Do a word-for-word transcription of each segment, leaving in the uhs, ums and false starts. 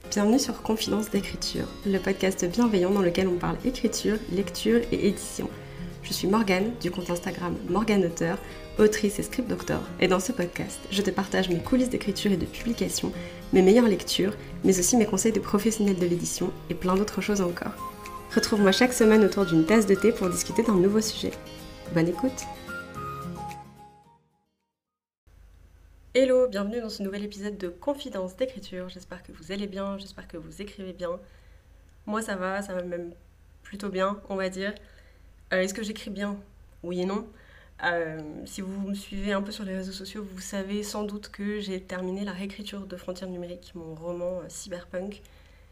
Bienvenue sur Confidence d'écriture, le podcast bienveillant dans lequel on parle écriture, lecture et édition. Je suis Morgane, du compte Instagram Morgane Auteur, autrice et script doctor, et dans ce podcast, je te partage mes coulisses d'écriture et de publication, mes meilleures lectures, mais aussi mes conseils de professionnels de l'édition et plein d'autres choses encore. Retrouve-moi chaque semaine autour d'une tasse de thé pour discuter d'un nouveau sujet. Bonne écoute! Hello, bienvenue dans ce nouvel épisode de Confidence d'écriture. J'espère que vous allez bien, j'espère que vous écrivez bien. Moi ça va, ça va même plutôt bien, on va dire. Euh, est-ce que j'écris bien? Oui et non. Euh, si vous me suivez un peu sur les réseaux sociaux, vous savez sans doute que j'ai terminé la réécriture de Frontières numériques, mon roman euh, cyberpunk.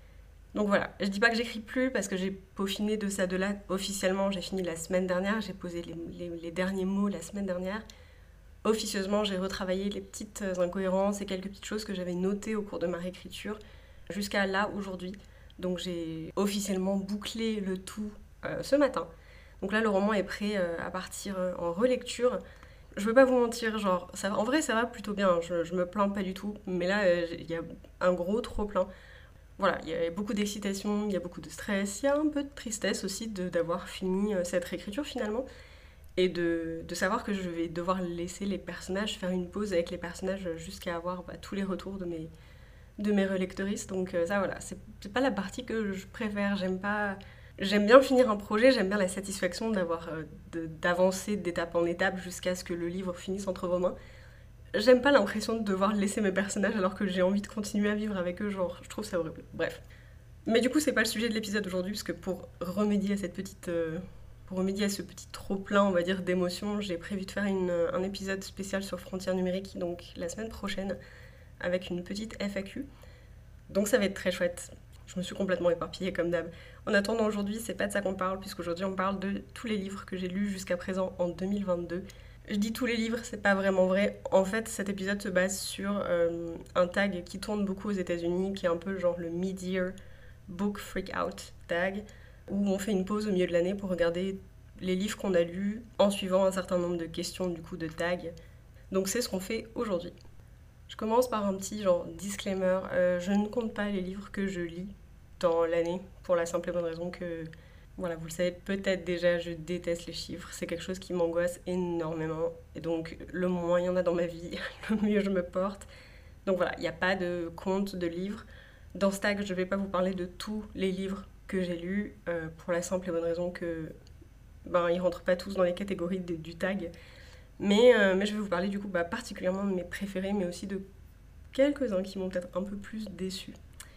Donc voilà, je dis pas que j'écris plus parce que j'ai peaufiné de ça de là. Officiellement, j'ai fini la semaine dernière, j'ai posé les, les, les derniers mots la semaine dernière. Officieusement, j'ai retravaillé les petites incohérences et quelques petites choses que j'avais notées au cours de ma réécriture jusqu'à là, aujourd'hui. Donc j'ai officiellement bouclé le tout euh, ce matin. Donc là, le roman est prêt euh, à partir euh, en relecture. Je veux pas vous mentir, genre, ça, en vrai, ça va plutôt bien, je, je me plains pas du tout. Mais là, il euh, y a un gros trop-plein. Voilà, il y a beaucoup d'excitation, il y a beaucoup de stress, il y a un peu de tristesse aussi de, d'avoir fini euh, cette réécriture finalement. Et de, de savoir que je vais devoir laisser les personnages, faire une pause avec les personnages jusqu'à avoir bah, tous les retours de mes, de mes relectoristes. Donc euh, ça voilà, c'est, c'est pas la partie que je préfère. J'aime pas, j'aime bien finir un projet, j'aime bien la satisfaction d'avoir, euh, de, d'avancer d'étape en étape jusqu'à ce que le livre finisse entre vos mains. J'aime pas l'impression de devoir laisser mes personnages alors que j'ai envie de continuer à vivre avec eux, genre je trouve ça horrible. Bref. Mais du coup c'est pas le sujet de l'épisode aujourd'hui, parce que pour remédier à cette petite... Euh, Pour remédier à ce petit trop-plein, on va dire, d'émotions, j'ai prévu de faire une, un épisode spécial sur Frontières numériques, donc la semaine prochaine, avec une petite F A Q. Donc ça va être très chouette. Je me suis complètement éparpillée comme d'hab. En attendant, aujourd'hui, c'est pas de ça qu'on parle, puisqu'aujourd'hui on parle de tous les livres que j'ai lus jusqu'à présent en deux mille vingt-deux. Je dis tous les livres, c'est pas vraiment vrai. En fait, cet épisode se base sur euh, un tag qui tourne beaucoup aux États-Unis, qui est un peu genre le Mid-Year Book Freak Out tag, où on fait une pause au milieu de l'année pour regarder les livres qu'on a lus en suivant un certain nombre de questions, du coup, de tags. Donc c'est ce qu'on fait aujourd'hui. Je commence par un petit genre disclaimer. Euh, je ne compte pas les livres que je lis dans l'année, pour la simple et bonne raison que, voilà, vous le savez peut-être déjà, je déteste les chiffres. C'est quelque chose qui m'angoisse énormément. Et donc, le moins il y en a dans ma vie, le mieux je me porte. Donc voilà, il n'y a pas de compte de livres. Dans ce tag, je ne vais pas vous parler de tous les livres que j'ai lus, euh, pour la simple et bonne raison que ben, ils rentrent pas tous dans les catégories de, du tag. Mais, euh, mais je vais vous parler du coup bah, particulièrement de mes préférés, mais aussi de quelques-uns qui m'ont peut-être un peu plus déçus.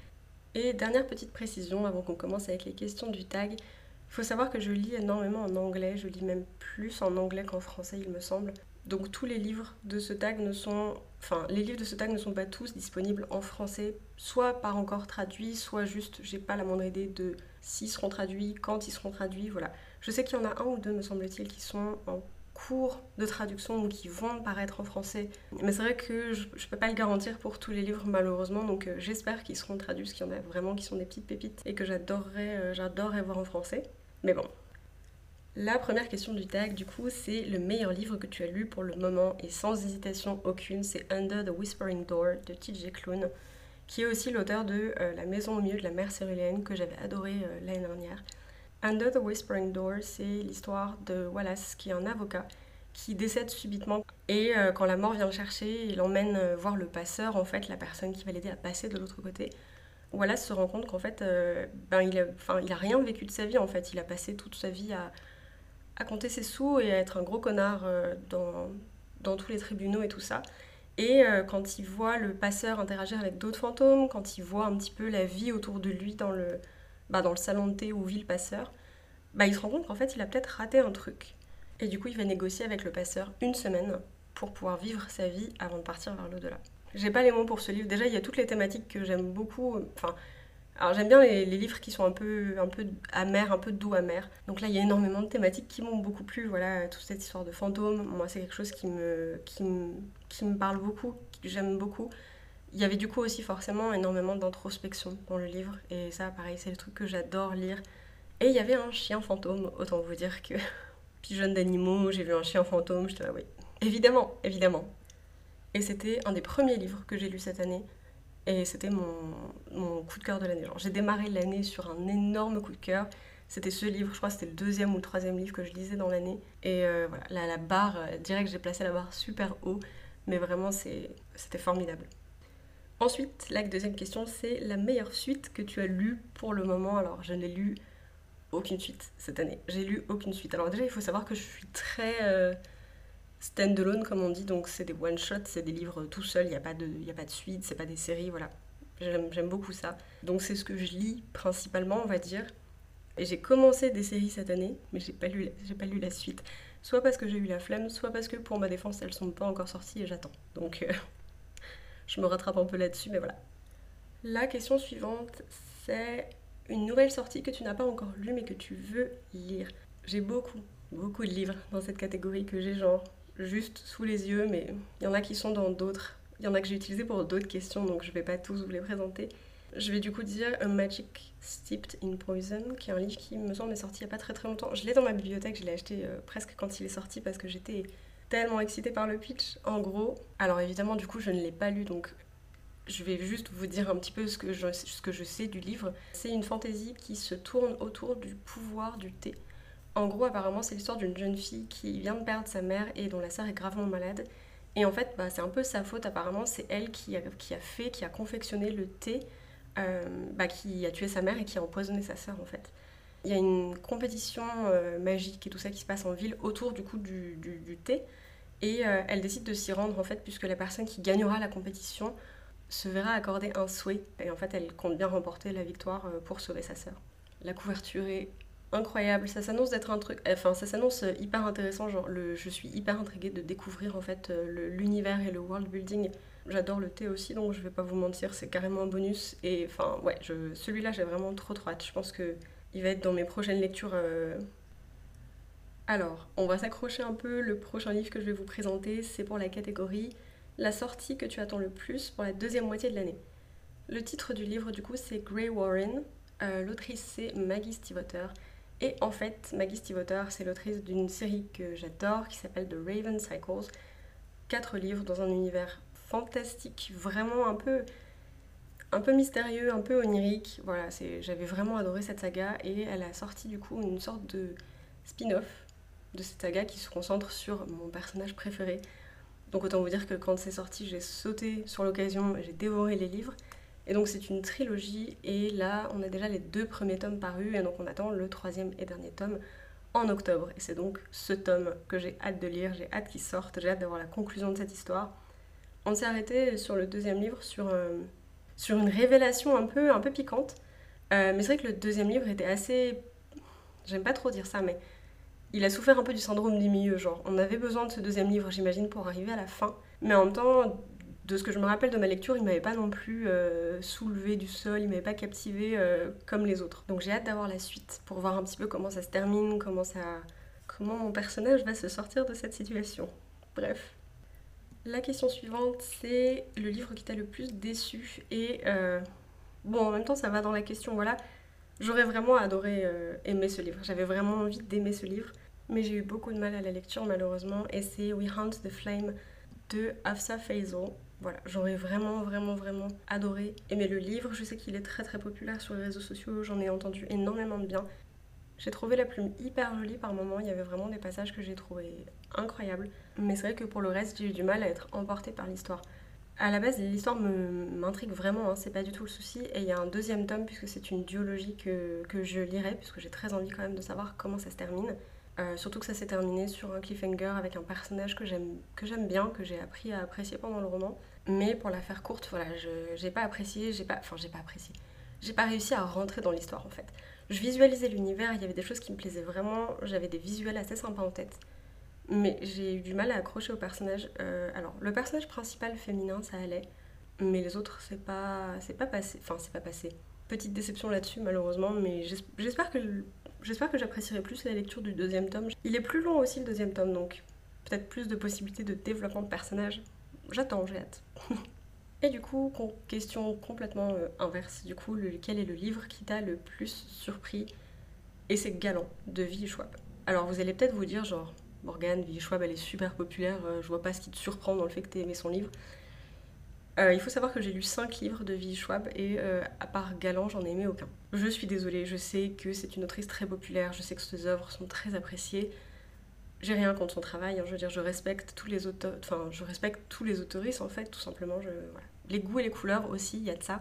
Et dernière petite précision avant qu'on commence avec les questions du tag, il faut savoir que je lis énormément en anglais, je lis même plus en anglais qu'en français il me semble. Donc tous les livres de ce tag ne sont... Enfin, les livres de ce tag ne sont pas tous disponibles en français, soit pas encore traduits, soit juste, j'ai pas la moindre idée de s'ils seront traduits, quand ils seront traduits, voilà. Je sais qu'il y en a un ou deux, me semble-t-il, qui sont en cours de traduction ou qui vont paraître en français. Mais c'est vrai que je, je peux pas le garantir pour tous les livres, malheureusement, donc euh, j'espère qu'ils seront traduits, parce qu'il y en a vraiment qui sont des petites pépites et que j'adorerais, euh, j'adorerais voir en français. Mais bon. La première question du tag, du coup, c'est le meilleur livre que tu as lu pour le moment, et sans hésitation aucune, c'est Under the Whispering Door de T J Klune, qui est aussi l'auteur de euh, La maison au milieu de la mer céruléenne, que j'avais adoré euh, l'année dernière. Under the Whispering Door, c'est l'histoire de Wallace, qui est un avocat, qui décède subitement, et euh, quand la mort vient le chercher, il emmène euh, voir le passeur, en fait, la personne qui va l'aider à passer de l'autre côté. Wallace se rend compte qu'en fait, euh, ben, il a, enfin, il a rien vécu de sa vie, en fait, il a passé toute sa vie à... à compter ses sous et à être un gros connard euh, dans, dans tous les tribunaux et tout ça. Et euh, quand il voit le passeur interagir avec d'autres fantômes, quand il voit un petit peu la vie autour de lui dans le, bah, dans le salon de thé où vit le passeur, bah, il se rend compte qu'en fait il a peut-être raté un truc. Et du coup il va négocier avec le passeur une semaine pour pouvoir vivre sa vie avant de partir vers l'au-delà. J'ai pas les mots pour ce livre. Déjà il y a toutes les thématiques que j'aime beaucoup. Enfin, alors j'aime bien les, les livres qui sont un peu, un peu amers, un peu doux amers. Donc là il y a énormément de thématiques qui m'ont beaucoup plu. Voilà, toute cette histoire de fantômes, moi c'est quelque chose qui me, qui me, qui me parle beaucoup, que j'aime beaucoup. Il y avait du coup aussi forcément énormément d'introspection dans le livre. Et ça pareil, c'est le truc que j'adore lire. Et il y avait un chien fantôme, autant vous dire que pigeonne d'animaux, j'ai vu un chien fantôme, j'étais là oui. Évidemment, évidemment. Et c'était un des premiers livres que j'ai lu cette année. Et c'était mon, mon coup de cœur de l'année. Genre, j'ai démarré l'année sur un énorme coup de cœur. C'était ce livre, je crois que c'était le deuxième ou le troisième livre que je lisais dans l'année. Et euh, voilà, la, la barre, euh, direct j'ai placé la barre super haut, mais vraiment c'est, c'était formidable. Ensuite, la deuxième question, c'est la meilleure suite que tu as lue pour le moment. Alors, je n'ai lu aucune suite cette année. J'ai lu aucune suite. Alors déjà, il faut savoir que je suis très euh, stand-alone, comme on dit, donc c'est des one-shots, c'est des livres tout seuls, il n'y a, pas de- il y a pas de suite, c'est pas des séries, voilà. J'aime, j'aime beaucoup ça. Donc c'est ce que je lis principalement, on va dire. Et j'ai commencé des séries cette année, mais j'ai pas lu, j'ai pas lu la suite. Soit parce que j'ai eu la flemme, soit parce que pour ma défense, elles sont pas encore sorties et j'attends. Donc euh, je me rattrape un peu là-dessus, mais voilà. La question suivante, c'est une nouvelle sortie que tu n'as pas encore lue mais que tu veux lire. J'ai beaucoup, beaucoup de livres dans cette catégorie que j'ai genre juste sous les yeux, mais il y en a qui sont dans d'autres. Il y en a que j'ai utilisés pour d'autres questions, donc je vais pas tous vous les présenter. Je vais du coup dire A Magic Steeped in Poison, qui est un livre qui me semble est sorti il y a pas très très longtemps. Je l'ai dans ma bibliothèque, je l'ai acheté euh, presque quand il est sorti parce que j'étais tellement excitée par le pitch. En gros, alors évidemment du coup je ne l'ai pas lu, donc je vais juste vous dire un petit peu ce que je, ce que je sais du livre. C'est une fantaisie qui se tourne autour du pouvoir du thé. En gros, apparemment, c'est l'histoire d'une jeune fille qui vient de perdre sa mère et dont la sœur est gravement malade. Et en fait, bah, c'est un peu sa faute, apparemment. C'est elle qui a, qui a fait, qui a confectionné le thé euh, bah, qui a tué sa mère et qui a empoisonné sa sœur, en fait. Il y a une compétition euh, magique et tout ça qui se passe en ville autour du coup du, du, du thé. Et euh, elle décide de s'y rendre, en fait, puisque la personne qui gagnera la compétition se verra accorder un souhait. Et en fait, elle compte bien remporter la victoire euh, pour sauver sa sœur. La couverture est incroyable. Ça s'annonce d'être un truc. Enfin, ça s'annonce hyper intéressant. Genre, le, je suis hyper intriguée de découvrir en fait euh, le- l'univers et le world building. J'adore le thé aussi, donc je vais pas vous mentir, c'est carrément un bonus. Et enfin, ouais, je, celui-là, j'ai vraiment trop trop hâte. Je pense que il va être dans mes prochaines lectures. euh. Alors, on va s'accrocher un peu. Le prochain livre que je vais vous présenter, c'est pour la catégorie la sortie que tu attends le plus pour la deuxième moitié de l'année. Le titre du livre, du coup, c'est Grey Warren. Euh, l'autrice, c'est Maggie Stiefvater. Et en fait, Maggie Stiefvater, c'est l'autrice d'une série que j'adore qui s'appelle The Raven Cycles. Quatre livres dans un univers fantastique, vraiment un peu, un peu mystérieux, un peu onirique. Voilà, c'est, j'avais vraiment adoré cette saga et elle a sorti du coup une sorte de spin-off de cette saga qui se concentre sur mon personnage préféré. Donc autant vous dire que quand c'est sorti, j'ai sauté sur l'occasion, j'ai dévoré les livres. Et donc c'est une trilogie et là on a déjà les deux premiers tomes parus et donc on attend le troisième et dernier tome en octobre. Et c'est donc ce tome que j'ai hâte de lire, j'ai hâte qu'il sorte, j'ai hâte d'avoir la conclusion de cette histoire. On s'est arrêté sur le deuxième livre sur, euh, sur une révélation un peu, un peu piquante. Euh, mais c'est vrai que le deuxième livre était assez... J'aime pas trop dire ça, mais il a souffert un peu du syndrome du milieu, genre. On avait besoin de ce deuxième livre, j'imagine, pour arriver à la fin. Mais en même temps, de ce que je me rappelle de ma lecture, il m'avait pas non plus euh, soulevé du sol, il m'avait pas captivé euh, comme les autres. Donc j'ai hâte d'avoir la suite pour voir un petit peu comment ça se termine, comment ça, comment mon personnage va se sortir de cette situation. Bref. La question suivante, c'est le livre qui t'a le plus déçu et euh, bon, en même temps, ça va dans la question. Voilà, j'aurais vraiment adoré euh, aimer ce livre. J'avais vraiment envie d'aimer ce livre, mais j'ai eu beaucoup de mal à la lecture malheureusement. Et c'est We Hunt the Flame de Hafsa Faizal. Voilà, j'aurais vraiment, vraiment, vraiment adoré aimer le livre. Je sais qu'il est très, très populaire sur les réseaux sociaux. J'en ai entendu énormément de bien. J'ai trouvé la plume hyper jolie par moments. Il y avait vraiment des passages que j'ai trouvé incroyables. Mais c'est vrai que pour le reste, j'ai eu du mal à être emportée par l'histoire. À la base, l'histoire me- m'intrigue vraiment, hein, c'est pas du tout le souci. Et il y a un deuxième tome, puisque c'est une duologie que, que je lirai, puisque j'ai très envie quand même de savoir comment ça se termine. Euh, surtout que ça s'est terminé sur un cliffhanger avec un personnage que j'aime que j'aime bien, que j'ai appris à apprécier pendant le roman. Mais pour la faire courte, voilà, je j'ai pas apprécié, j'ai pas, enfin j'ai pas apprécié. J'ai pas réussi à rentrer dans l'histoire en fait. Je visualisais l'univers, il y avait des choses qui me plaisaient vraiment, j'avais des visuels assez sympas en tête. Mais j'ai eu du mal à accrocher au personnage. Euh, alors, le personnage principal féminin, ça allait. Mais les autres, c'est pas, c'est pas passé. Enfin, c'est pas passé. Petite déception là-dessus, malheureusement. Mais j'espère que, j'espère que j'apprécierai plus la lecture du deuxième tome. Il est plus long aussi, le deuxième tome, donc peut-être plus de possibilités de développement de personnage. J'attends, j'ai hâte. Et du coup, question complètement euh, inverse. Du coup, le- quel est le livre qui t'a le plus surpris? Et c'est Galant de Vie Schwab. Alors vous allez peut-être vous dire genre Morgane, Vie Schwab elle est super populaire, euh, je vois pas ce qui te surprend dans le fait que t'aies aimé son livre. Euh, il faut savoir que j'ai lu cinq livres de V. Schwab et euh, à part Galant, j'en ai aimé aucun. Je suis désolée, je sais que c'est une autrice très populaire, je sais que ses œuvres sont très appréciées. J'ai rien contre son travail, hein, je veux dire, je respecte tous les auteurs, enfin, je respecte tous les autoristes en fait, tout simplement. Je, voilà. Les goûts et les couleurs aussi, il y a de ça.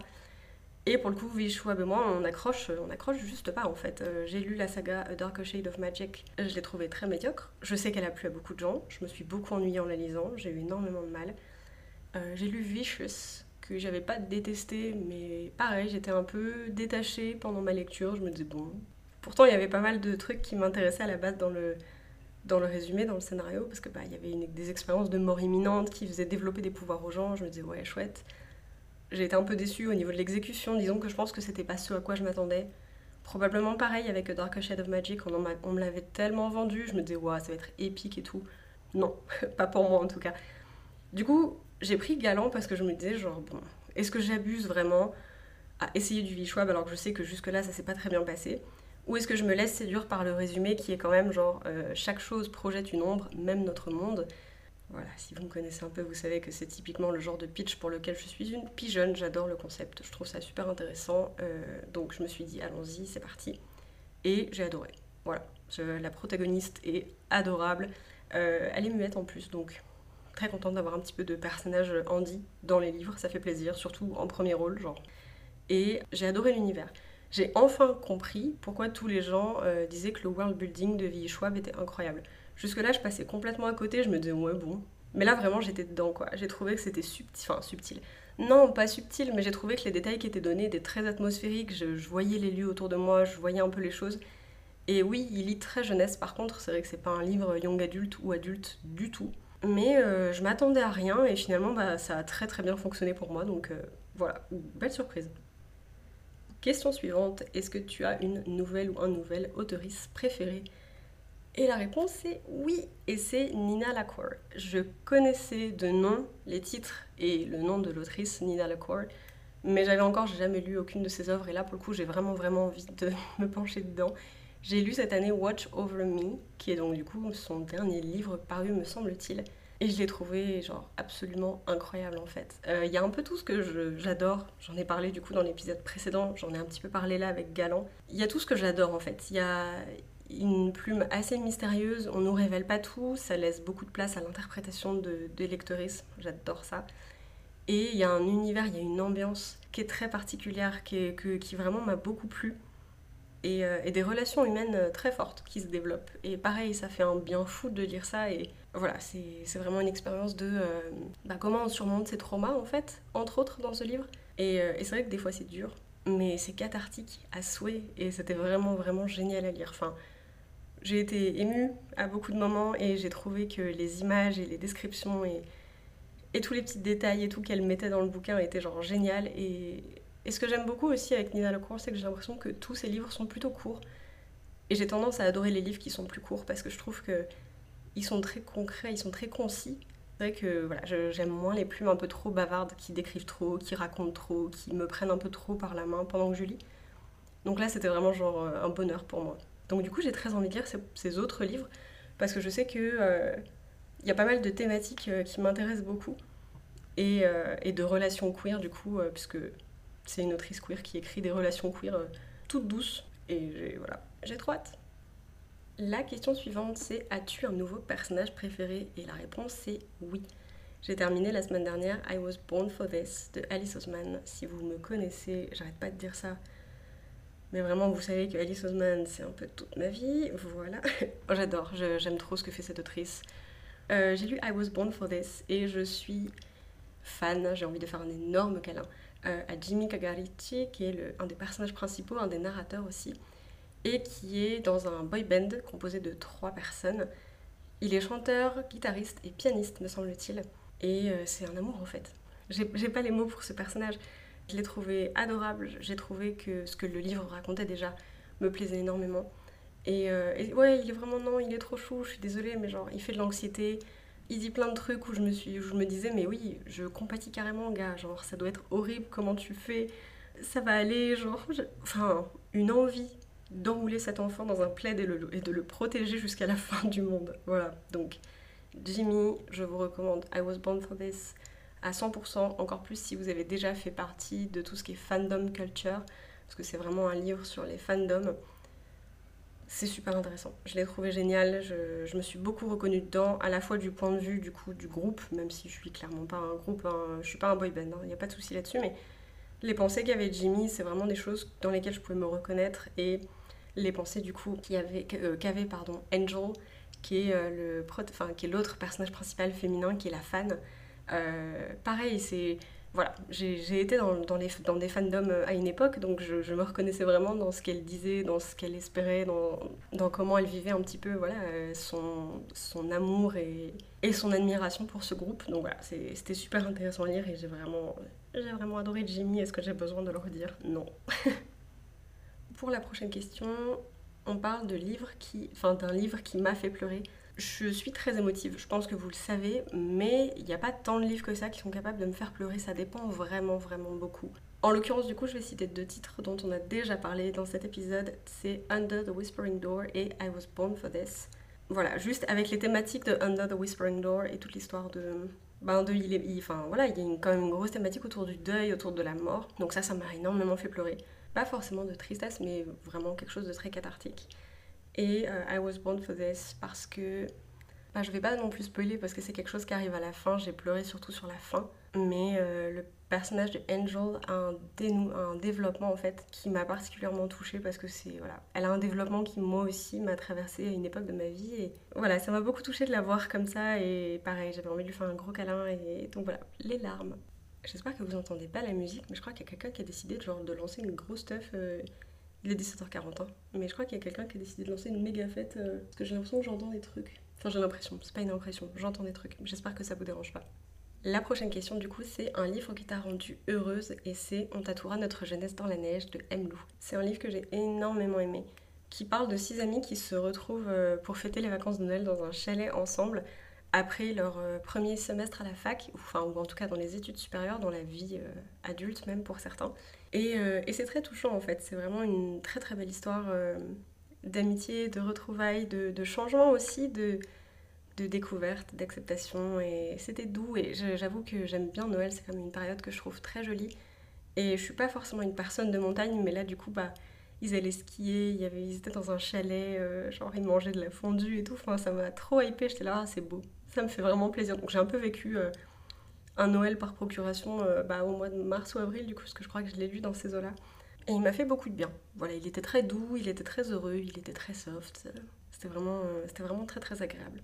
Et pour le coup, V. Schwab et moi, on accroche, on accroche juste pas en fait. Euh, j'ai lu la saga A Darker Shade of Magic, je l'ai trouvée très médiocre. Je sais qu'elle a plu à beaucoup de gens, je me suis beaucoup ennuyée en la lisant, j'ai eu énormément de mal. Euh, j'ai lu Vicious, que j'avais pas détesté, mais pareil, j'étais un peu détachée pendant ma lecture, je me disais bon. Pourtant, il y avait pas mal de trucs qui m'intéressaient à la base dans le, dans le résumé, dans le scénario, parce que bah, il y avait une- des expériences de mort imminente qui faisaient développer des pouvoirs aux gens, je me disais ouais, chouette. J'ai été un peu déçue au niveau de l'exécution, disons que je pense que c'était pas ce à quoi je m'attendais. Probablement pareil avec A Darker Shade of Magic, on, en m'a- on me l'avait tellement vendu, je me disais ouais, ça va être épique et tout. Non, pas pour moi en tout cas. Du coup, j'ai pris Galant parce que je me disais, genre, bon, est-ce que j'abuse vraiment à essayer du Vichwab alors que je sais que jusque-là, ça s'est pas très bien passé? Ou est-ce que je me laisse séduire par le résumé qui est quand même genre, euh, chaque chose projette une ombre, même notre monde? Voilà, si vous me connaissez un peu, vous savez que c'est typiquement le genre de pitch pour lequel je suis une pigeonne, j'adore le concept, je trouve ça super intéressant, euh, donc je me suis dit, allons-y, c'est parti. Et j'ai adoré. Voilà, je- la protagoniste est adorable, euh, elle est muette en plus, donc très contente d'avoir un petit peu de personnage Andy dans les livres, ça fait plaisir, surtout en premier rôle, genre. Et j'ai adoré l'univers. J'ai enfin compris pourquoi tous les gens euh, disaient que le world building de V. Schwab était incroyable. Jusque-là, je passais complètement à côté, je me disais, ouais, bon. Mais là, vraiment, j'étais dedans, quoi. J'ai trouvé que c'était subtil, enfin, subtil. Non, pas subtil, mais j'ai trouvé que les détails qui étaient donnés étaient très atmosphériques. Je, je voyais les lieux autour de moi, je voyais un peu les choses. Et oui, il lit très jeunesse, par contre, c'est vrai que c'est pas un livre young adulte ou adulte du tout. Mais euh, je m'attendais à rien et finalement bah, ça a très très bien fonctionné pour moi, donc euh, voilà, belle surprise. Question suivante, est-ce que tu as une nouvelle ou un nouvel auteurice préférée? Et la réponse est oui, et c'est Nina LaCour. Je connaissais de nom les titres et le nom de l'autrice Nina LaCour, mais j'avais encore jamais lu aucune de ses œuvres et là pour le coup j'ai vraiment vraiment envie de me pencher dedans. J'ai lu cette année Watch Over Me, qui est donc du coup son dernier livre paru me semble-t-il, et je l'ai trouvé genre absolument incroyable en fait. Euh, Il y a un peu tout ce que je- j'adore, j'en ai parlé du coup dans l'épisode précédent, j'en ai un petit peu parlé là avec Galant. Il y a tout ce que j'adore en fait. Il y a une plume assez mystérieuse, on nous révèle pas tout, ça laisse beaucoup de place à l'interprétation de, des lectrices, j'adore ça. Et il y a un univers, il y a une ambiance qui est très particulière, qui, est- que- qui vraiment m'a beaucoup plu. Et, euh, et des relations humaines euh, très fortes qui se développent. Et pareil, ça fait un bien fou de lire ça. Et voilà, c'est c'est vraiment une expérience de euh, bah, comment on surmonte ses traumas, en fait, entre autres dans ce livre. Et, euh, et c'est vrai que des fois c'est dur, mais c'est cathartique à souhait. Et c'était vraiment, vraiment génial à lire. Enfin, j'ai été émue à beaucoup de moments et j'ai trouvé que les images et les descriptions et, et tous les petits détails et tout qu'elle mettait dans le bouquin étaient genre génial. Et, et ce que j'aime beaucoup aussi avec Nina Lecour, c'est que j'ai l'impression que tous ses livres sont plutôt courts. Et j'ai tendance à adorer les livres qui sont plus courts parce que je trouve que ils sont très concrets, ils sont très concis. C'est vrai que voilà, je- j'aime moins les plumes un peu trop bavardes qui décrivent trop, qui racontent trop, qui me prennent un peu trop par la main pendant que je lis. Donc là, c'était vraiment genre euh, un bonheur pour moi. Donc du coup, j'ai très envie de lire ces, ces autres livres parce que je sais que euh, il y a pas mal de thématiques euh, qui m'intéressent beaucoup et, euh, et de relations queer du coup, euh, puisque c'est une autrice queer qui écrit des relations queer euh, toutes douces et j'ai voilà, j'ai trop hâte. La question suivante c'est as-tu un nouveau personnage préféré? Et la réponse c'est oui. J'ai terminé la semaine dernière I Was Born for This de Alice Oseman. Si vous me connaissez, j'arrête pas de dire ça, mais vraiment vous savez que Alice Oseman c'est un peu toute ma vie. Voilà, j'adore, je- j'aime trop ce que fait cette autrice. Euh, j'ai lu I Was Born for This et je suis fan, j'ai envie de faire un énorme câlin euh, à Jimmy Kagarichi, qui est le- un des personnages principaux, un des narrateurs aussi, et qui est dans un boy band composé de trois personnes. Il est chanteur, guitariste et pianiste, me semble-t-il, et euh, c'est un amour en fait. J'ai j'ai pas les mots pour ce personnage. Je l'ai trouvé adorable, j'ai trouvé que ce que le livre racontait déjà me plaisait énormément. Et, euh, et ouais, il est vraiment non, il est trop chou, je suis désolée, mais genre, il fait de l'anxiété. Il dit plein de trucs où je me, suis, où je me disais, mais oui, je compatis carrément, gars. Genre, ça doit être horrible, comment tu fais? Ça va aller, genre. je- Enfin, une envie d'enrouler cet enfant dans un plaid et, le- et de le protéger jusqu'à la fin du monde. Voilà. Donc, Jimmy, je vous recommande I Was Born for This. à cent pour cent, encore plus si vous avez déjà fait partie de tout ce qui est fandom culture, parce que c'est vraiment un livre sur les fandoms. C'est super intéressant, je l'ai trouvé génial, je, je me suis beaucoup reconnue dedans, à la fois du point de vue du coup du groupe, même si je suis clairement pas un groupe, hein, je suis pas un boy band, il n'y a pas de souci là-dessus, mais les pensées qu'avait Jimmy, c'est vraiment des choses dans lesquelles je pouvais me reconnaître, et les pensées du coup qu'avait, euh, qu'avait pardon, Angel, qui est, euh, le, enfin, qui est l'autre personnage principal féminin, qui est la fan. Euh, pareil, c'est voilà, j'ai, j'ai été dans, dans, les, dans des fandoms à une époque, donc je, je me reconnaissais vraiment dans ce qu'elle disait, dans ce qu'elle espérait, dans, dans comment elle vivait un petit peu voilà, son, son amour et, et son admiration pour ce groupe. Donc voilà, c'est, c'était super intéressant à lire et j'ai vraiment, j'ai vraiment adoré Jimmy. Est-ce que j'ai besoin de le redire? Non. Pour la prochaine question, on parle de livres qui, enfin, d'un livre qui m'a fait pleurer. Je suis très émotive, je pense que vous le savez, mais il n'y a pas tant de livres que ça qui sont capables de me faire pleurer, ça dépend vraiment vraiment beaucoup. En l'occurrence, du coup, je vais citer deux titres dont on a déjà parlé dans cet épisode, c'est Under the Whispering Door et I Was Born for This. Voilà, juste avec les thématiques de Under the Whispering Door et toute l'histoire de... Ben de il est, il, enfin voilà, il y a une, quand même une grosse thématique autour du deuil, autour de la mort, donc ça, ça m'a énormément fait pleurer. Pas forcément de tristesse, mais vraiment quelque chose de très cathartique. Et euh, I Was Born for This parce que bah, je vais pas non plus spoiler parce que c'est quelque chose qui arrive à la fin, j'ai pleuré surtout sur la fin, mais euh, le personnage de Angel a un, dénou- un développement en fait qui m'a particulièrement touchée parce que c'est voilà, elle a un développement qui moi aussi m'a traversée à une époque de ma vie et voilà, ça m'a beaucoup touchée de la voir comme ça et pareil, j'avais envie de lui faire un gros câlin et donc voilà, les larmes. J'espère que vous entendez pas la musique, mais je crois qu'il y a quelqu'un qui a décidé de, genre, de lancer une grosse stuff. Euh, il est dix-sept heures quarante, hein. Mais je crois qu'il y a quelqu'un qui a décidé de lancer une méga fête. Euh, parce que j'ai l'impression que j'entends des trucs. Enfin, j'ai l'impression, c'est pas une impression, j'entends des trucs. J'espère que ça vous dérange pas. La prochaine question, du coup, c'est un livre qui t'a rendue heureuse et c'est On tatouera notre jeunesse dans la neige de M. Lou. C'est un livre que j'ai énormément aimé, qui parle de six amis qui se retrouvent euh, pour fêter les vacances de Noël dans un chalet ensemble après leur euh, premier semestre à la fac, ou, enfin, ou en tout cas dans les études supérieures, dans la vie euh, adulte même pour certains. Et, euh, et c'est très touchant en fait, c'est vraiment une très très belle histoire euh, d'amitié, de retrouvailles, de, de changement aussi, de, de découverte, d'acceptation. Et c'était doux et j'avoue que j'aime bien Noël, c'est quand même une période que je trouve très jolie. Et je suis pas forcément une personne de montagne, mais là du coup, bah, ils allaient skier, il y avait, ils étaient dans un chalet, euh, genre ils mangeaient de la fondue et tout, enfin ça m'a trop hypé, j'étais là, ah, c'est beau. Ça me fait vraiment plaisir. Donc j'ai un peu vécu euh, un Noël par procuration euh, bah, au mois de mars ou avril, du coup, parce que je crois que je l'ai lu dans ces eaux-là. Et il m'a fait beaucoup de bien. Voilà, il était très doux, il était très heureux, il était très soft. C'était vraiment, euh, c'était vraiment très très agréable.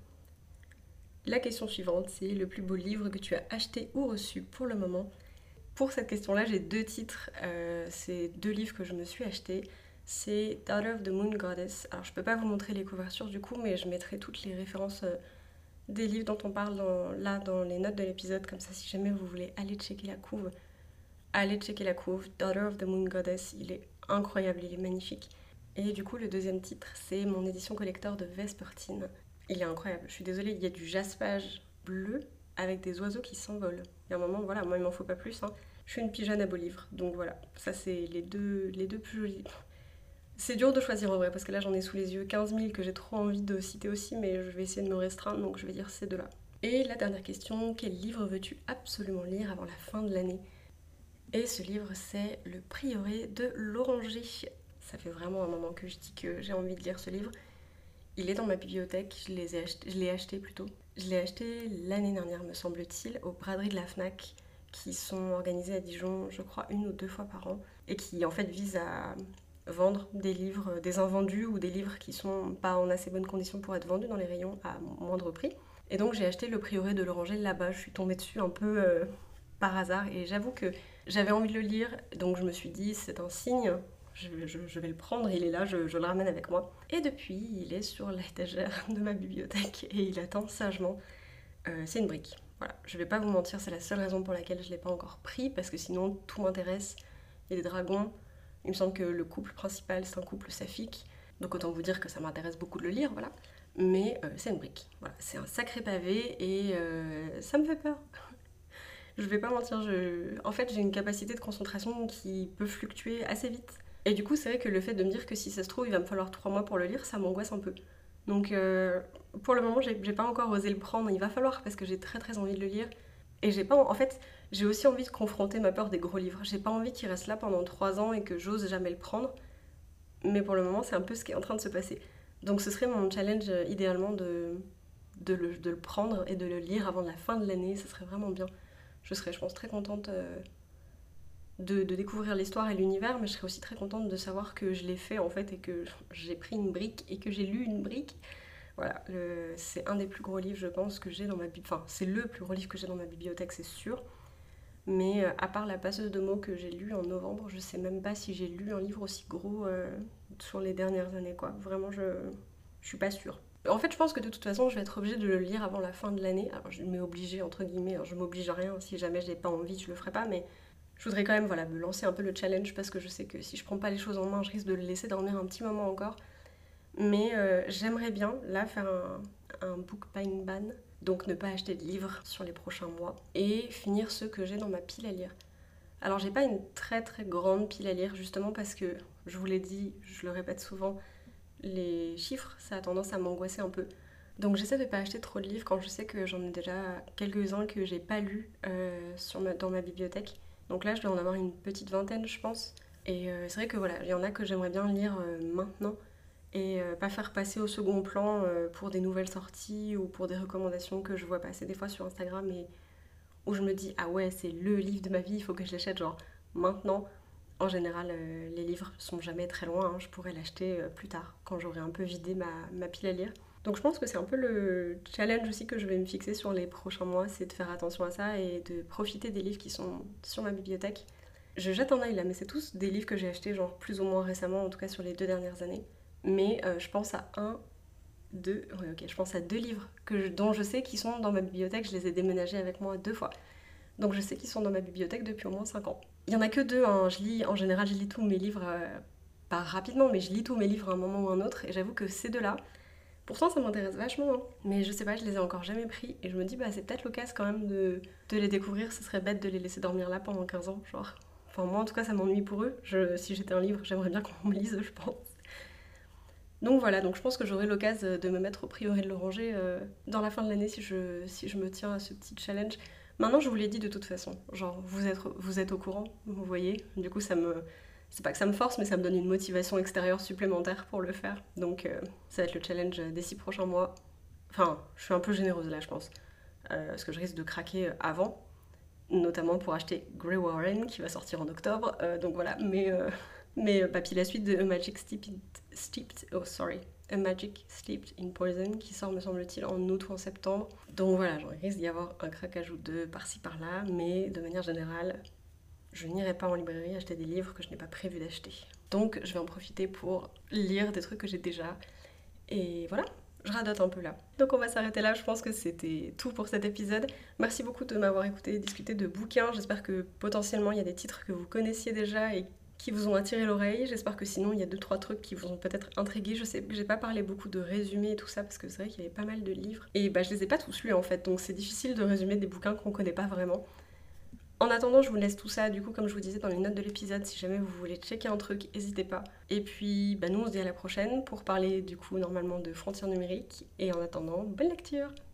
La question suivante, c'est le plus beau livre que tu as acheté ou reçu pour le moment. Pour cette question-là, j'ai deux titres. Euh, c'est deux livres que je me suis achetés. C'est Daughter of the Moon Goddess. Alors, je peux pas vous montrer les couvertures du coup, mais je mettrai toutes les références euh, des livres dont on parle dans, là dans les notes de l'épisode. Comme ça, si jamais vous voulez aller checker la couve, allez checker la couve. Daughter of the Moon Goddess, il est incroyable, il est magnifique. Et du coup, le deuxième titre, c'est mon édition collector de Vespertine. Il est incroyable. Je suis désolée, il y a du jaspage bleu avec des oiseaux qui s'envolent. Il y a un moment, voilà, moi il m'en faut pas plus. Hein. Je suis une pigeonne à beaux livres, donc voilà. Ça, c'est les deux, les deux plus jolis. C'est dur de choisir en vrai, parce que là j'en ai sous les yeux quinze mille que j'ai trop envie de citer aussi, mais je vais essayer de me restreindre, donc je vais dire ces deux-là. Et la dernière question, quel livre veux-tu absolument lire avant la fin de l'année? Et ce livre, c'est Le Prieuré de l'Oranger. Ça fait vraiment un moment que je dis que j'ai envie de lire ce livre. Il est dans ma bibliothèque, je l'ai acheté, je l'ai acheté plutôt. Je l'ai acheté l'année dernière, me semble-t-il, aux braderies de la Fnac, qui sont organisées à Dijon, je crois, une ou deux fois par an, et qui en fait visent à vendre des livres, des invendus ou des livres qui sont pas en assez bonnes conditions pour être vendus dans les rayons à moindre prix. Et donc j'ai acheté Le Prieuré de l'Oranger là-bas, je suis tombée dessus un peu euh, par hasard, et j'avoue que j'avais envie de le lire, donc je me suis dit c'est un signe. Je, je, je vais le prendre, il est là, je, je le ramène avec moi. Et depuis, il est sur l'étagère de ma bibliothèque et il attend sagement. Euh, c'est une brique. Voilà, je vais pas vous mentir, c'est la seule raison pour laquelle je l'ai pas encore pris, parce que sinon tout m'intéresse. Il y a des dragons, il me semble que le couple principal c'est un couple saphique, donc autant vous dire que ça m'intéresse beaucoup de le lire, voilà. Mais euh, c'est une brique, voilà, c'est un sacré pavé et euh, ça me fait peur. Je vais pas mentir, je... en fait j'ai une capacité de concentration qui peut fluctuer assez vite. Et du coup, c'est vrai que le fait de me dire que si ça se trouve, il va me falloir trois mois pour le lire, ça m'angoisse un peu. Donc, euh, pour le moment, j'ai, j'ai pas encore osé le prendre. Il va falloir parce que j'ai très très envie de le lire. Et j'ai pas, en fait, j'ai aussi envie de confronter ma peur des gros livres. J'ai pas envie qu'il reste là pendant trois ans et que j'ose jamais le prendre. Mais pour le moment, c'est un peu ce qui est en train de se passer. Donc ce serait mon challenge euh, idéalement de, de, le, de le prendre et de le lire avant la fin de l'année. Ce serait vraiment bien. Je serais, je pense, très contente euh, de, de découvrir l'histoire et l'univers, mais je serais aussi très contente de savoir que je l'ai fait en fait et que j'ai pris une brique et que j'ai lu une brique. Voilà, le- c'est un des plus gros livres, je pense, que j'ai dans ma bibliothèque. Enfin, c'est le plus gros livre que j'ai dans ma bibliothèque, c'est sûr. Mais euh, à part la passeuse de mots que j'ai lue en novembre, je sais même pas si j'ai lu un livre aussi gros euh, sur les dernières années, quoi. Vraiment, je, je suis pas sûre. En fait, je pense que de toute façon, je vais être obligée de le lire avant la fin de l'année. Alors, je m'ai obligée, entre guillemets, alors, je m'oblige à rien. Si jamais j'ai pas envie, je le ferai pas. Mais je voudrais quand même voilà, me lancer un peu le challenge parce que je sais que si je prends pas les choses en main, je risque de le laisser dormir un petit moment encore. Mais euh, j'aimerais bien, là, faire un, un book buying ban. Donc ne pas acheter de livres sur les prochains mois. Et finir ceux que j'ai dans ma pile à lire. Alors j'ai pas une très très grande pile à lire justement parce que, je vous l'ai dit, je le répète souvent, les chiffres, ça a tendance à m'angoisser un peu. Donc j'essaie de pas acheter trop de livres quand je sais que j'en ai déjà quelques-uns que j'ai pas lus euh, sur ma- dans ma bibliothèque. Donc là je dois en avoir une petite vingtaine je pense. Et euh, c'est vrai que voilà, il y en a que j'aimerais bien lire euh, maintenant et euh, pas faire passer au second plan euh, pour des nouvelles sorties ou pour des recommandations que je vois passer des fois sur Instagram et où je me dis ah ouais c'est le livre de ma vie, il faut que je l'achète genre maintenant. En général, euh, les livres sont jamais très loin, hein, je pourrais l'acheter euh, plus tard quand j'aurai un peu vidé ma, ma pile à lire. Donc je pense que c'est un peu le challenge aussi que je vais me fixer sur les prochains mois, c'est de faire attention à ça et de profiter des livres qui sont sur ma bibliothèque. Je jette un œil là, mais c'est tous des livres que j'ai achetés genre plus ou moins récemment, en tout cas sur les deux dernières années. Mais euh, je pense à un, deux, ouais ok, je pense à deux livres que je- dont je sais qu'ils sont dans ma bibliothèque, je les ai déménagés avec moi deux fois. Donc je sais qu'ils sont dans ma bibliothèque depuis au moins cinq ans. Il y en a que deux, hein. Je lis, en général je lis tous mes livres, euh, pas rapidement, mais je lis tous mes livres à un moment ou un autre, et j'avoue que ces deux-là, pourtant ça m'intéresse vachement, hein. Mais je sais pas, je les ai encore jamais pris, et je me dis bah c'est peut-être l'occasion quand même de, de les découvrir, ce serait bête de les laisser dormir là pendant quinze ans, genre. Enfin moi en tout cas ça m'ennuie pour eux, je, si j'étais un livre j'aimerais bien qu'on me lise je pense. Donc voilà, donc je pense que j'aurai l'occasion de me mettre au priori de l'oranger euh, dans la fin de l'année si je, si je me tiens à ce petit challenge. Maintenant, je vous l'ai dit de toute façon, genre vous êtes, vous êtes au courant, vous voyez. Du coup, ça me, c'est pas que ça me force, mais ça me donne une motivation extérieure supplémentaire pour le faire. Donc euh, ça va être le challenge des six prochains mois. Enfin, je suis un peu généreuse là, je pense, euh, parce que je risque de craquer avant, notamment pour acheter Grey Warren qui va sortir en octobre. Euh, donc voilà, mais euh, mais euh, bah, puis la suite de A Magic Steeped, Steeped, oh sorry, A Magic Steeped in Poison qui sort me semble-t-il en août ou en septembre. Donc voilà, il risque d'y avoir un craquage ou deux par-ci par-là, mais de manière générale, je n'irai pas en librairie acheter des livres que je n'ai pas prévu d'acheter. Donc je vais en profiter pour lire des trucs que j'ai déjà. Et voilà, je radote un peu là. Donc on va s'arrêter là, je pense que c'était tout pour cet épisode. Merci beaucoup de m'avoir écouté et discuté de bouquins. J'espère que potentiellement il y a des titres que vous connaissiez déjà et qui vous ont attiré l'oreille. J'espère que sinon il y a deux trois trucs qui vous ont peut-être intrigué. Je sais que j'ai pas parlé beaucoup de résumés et tout ça parce que c'est vrai qu'il y avait pas mal de livres. Et bah je les ai pas tous lus en fait, donc c'est difficile de résumer des bouquins qu'on connaît pas vraiment. En attendant, je vous laisse tout ça, du coup, comme je vous disais dans les notes de l'épisode, si jamais vous voulez checker un truc, n'hésitez pas. Et puis, bah, nous, on se dit à la prochaine pour parler, du coup, normalement de frontières numériques. Et en attendant, bonne lecture!